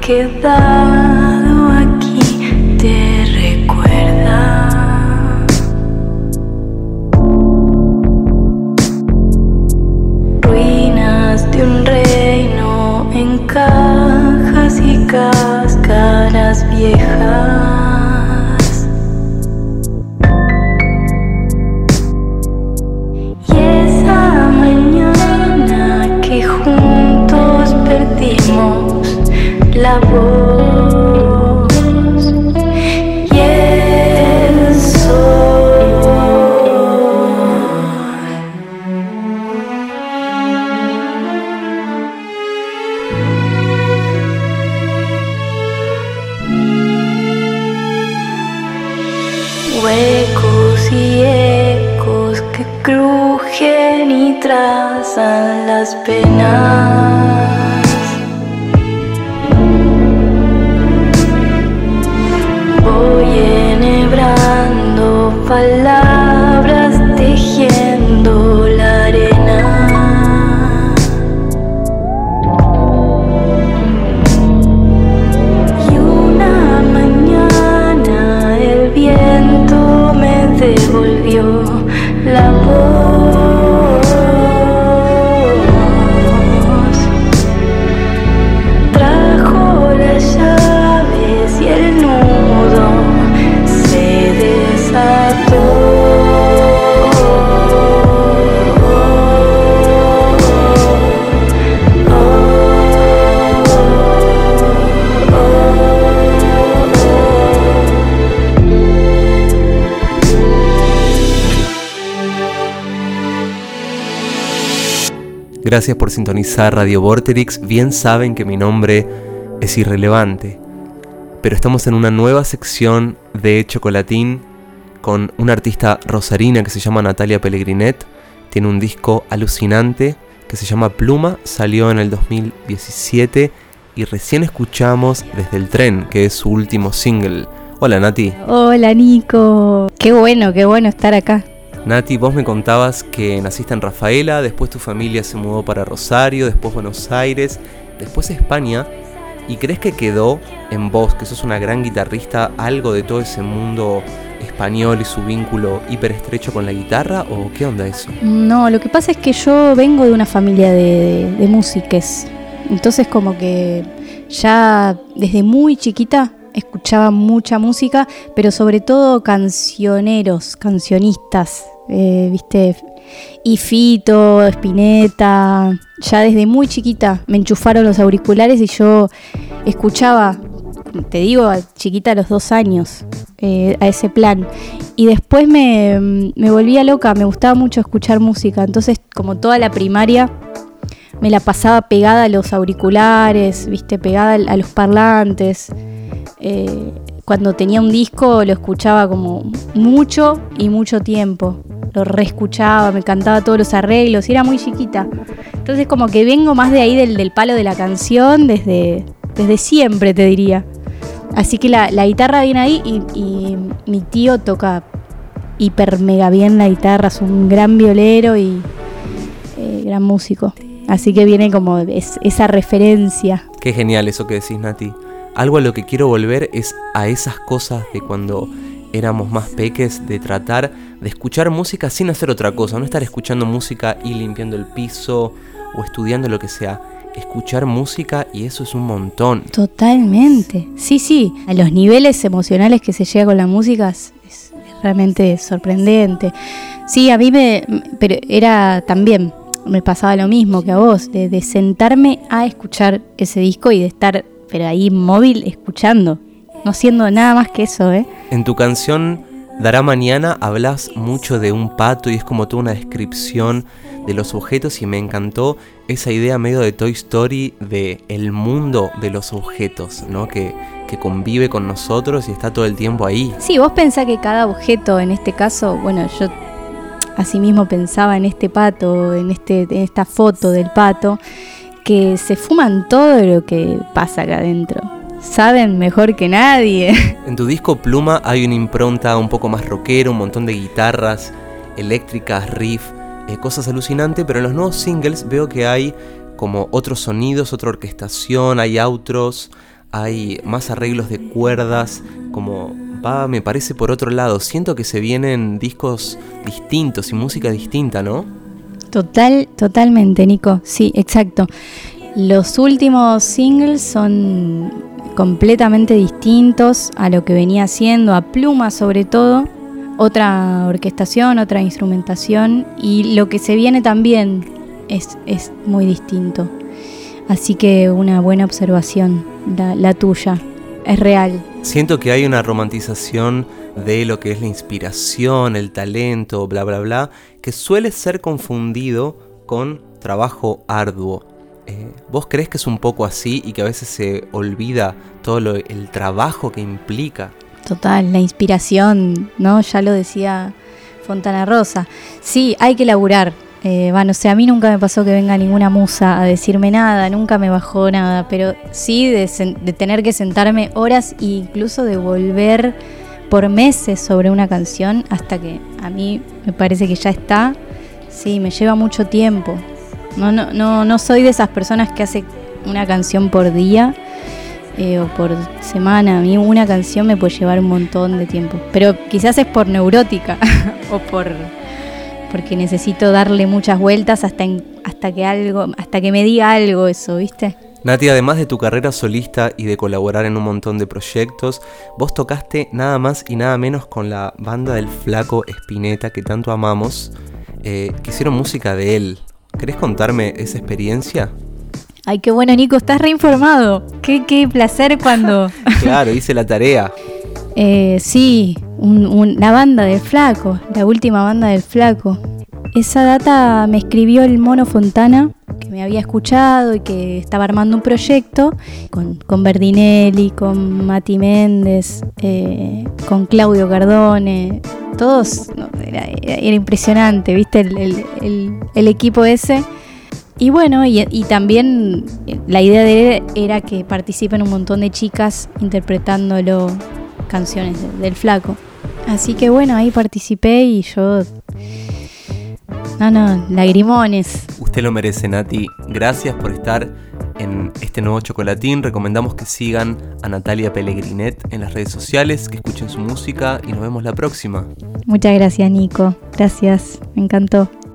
quedado aquí te recuerda. Ruinas de un reino en cajas y cáscaras viejas. Y esa mañana que juntos perdimos la voz y el sol. Huecos y ecos que crujen y trazan las penas. Voy enhebrando palabras, tejiendo la arena. Y una mañana el viento me devolvió la voz. Trajo las llaves y el nudo se desató. Gracias por sintonizar Radio Vorterix. Bien saben que mi nombre es irrelevante, pero estamos en una nueva sección de Chocolatín con una artista rosarina que se llama Natalia Pellegrinet. Tiene un disco alucinante que se llama Pluma, salió en el 2017 y recién escuchamos Desde el Tren, que es su último single. Hola Nati. Hola Nico, qué bueno estar acá. Nati, vos me contabas que naciste en Rafaela, después tu familia se mudó para Rosario, después Buenos Aires, después España. ¿Y crees que quedó en vos, que sos una gran guitarrista, algo de todo ese mundo español y su vínculo hiper estrecho con la guitarra? ¿O qué onda eso? No, lo que pasa es que yo vengo de una familia de músiques. Entonces como que ya desde muy chiquita escuchaba mucha música, pero sobre todo cancioneros, cancionistas, ¿viste? Y Fito, Spinetta. Ya desde muy chiquita me enchufaron los auriculares y yo escuchaba, te digo, chiquita a los 2 años, a ese plan. Y después me volvía loca, me gustaba mucho escuchar música. Entonces, como toda la primaria, me la pasaba pegada a los auriculares, ¿viste? Pegada a los parlantes. Cuando tenía un disco lo escuchaba como mucho y mucho tiempo. Lo reescuchaba, me cantaba todos los arreglos y era muy chiquita. Entonces como que vengo más de ahí del palo de la canción desde siempre, te diría. Así que la guitarra viene ahí y mi tío toca hiper mega bien la guitarra, es un gran violero y gran músico. Así que viene como esa referencia. Qué genial eso que decís, Nati. Algo a lo que quiero volver es a esas cosas de cuando éramos más peques, de tratar de escuchar música sin hacer otra cosa, no estar escuchando música y limpiando el piso o estudiando lo que sea. Escuchar música y eso es un montón. Totalmente. Sí. A los niveles emocionales que se llega con la música es realmente sorprendente. Sí, a mí pero era también, me pasaba lo mismo que a vos, de sentarme a escuchar ese disco y de estar, pero ahí móvil escuchando, no siendo nada más que eso, ¿eh? En tu canción Dará Mañana hablas mucho de un pato y es como toda una descripción de los objetos y me encantó esa idea medio de Toy Story de el mundo de los objetos, ¿no? Que convive con nosotros y está todo el tiempo ahí. Sí, vos pensás que cada objeto, en este caso, bueno, yo asimismo pensaba en este pato, en esta foto del pato, que se fuman todo lo que pasa acá adentro. Saben mejor que nadie. En tu disco Pluma hay una impronta un poco más rockera, un montón de guitarras eléctricas, riff, cosas alucinantes, pero en los nuevos singles veo que hay como otros sonidos, otra orquestación, hay outros, hay más arreglos de cuerdas, como va, me parece, por otro lado. Siento que se vienen discos distintos y música distinta, ¿no? Totalmente, Nico. Sí, exacto. Los últimos singles son completamente distintos a lo que venía haciendo, a Pluma sobre todo. Otra orquestación, otra instrumentación, y lo que se viene también es muy distinto. Así que una buena observación, la tuya, es real. Siento que hay una romantización de lo que es la inspiración, el talento, bla bla bla, que suele ser confundido con trabajo arduo. ¿Vos crees que es un poco así y que a veces se olvida todo el trabajo que implica? Total, la inspiración, ¿no? Ya lo decía Fontana Rosa. Sí, hay que laburar. No sé, a mí nunca me pasó que venga ninguna musa a decirme nada, nunca me bajó nada, pero sí de tener que sentarme horas e incluso de volver por meses sobre una canción hasta que a mí me parece que ya está. Sí, me lleva mucho tiempo. No soy de esas personas que hace una canción por día. O por semana. A mí una canción me puede llevar un montón de tiempo, pero quizás es por neurótica o porque necesito darle muchas vueltas hasta que me diga algo eso, ¿viste? Nati, además de tu carrera solista y de colaborar en un montón de proyectos, vos tocaste nada más y nada menos con la banda del Flaco Spinetta que tanto amamos, que hicieron música de él. ¿Querés contarme esa experiencia? Ay, qué bueno, Nico, estás reinformado. Qué placer cuando... Claro, hice la tarea. Sí, la banda del Flaco, la última banda del Flaco. Esa data me escribió el Mono Fontana, que me había escuchado y que estaba armando un proyecto con Berdinelli, con Mati Méndez, con Claudio Cardone. Todos, no, era impresionante, ¿viste? El equipo ese. Y bueno, y también la idea de él era que participen un montón de chicas interpretándolo canciones del Flaco. Así que bueno, ahí participé y yo... lagrimones. Usted lo merece, Nati. Gracias por estar en este nuevo Chocolatín. Recomendamos que sigan a Natalia Pellegrinet en las redes sociales, que escuchen su música y nos vemos la próxima. Muchas gracias, Nico. Gracias, me encantó.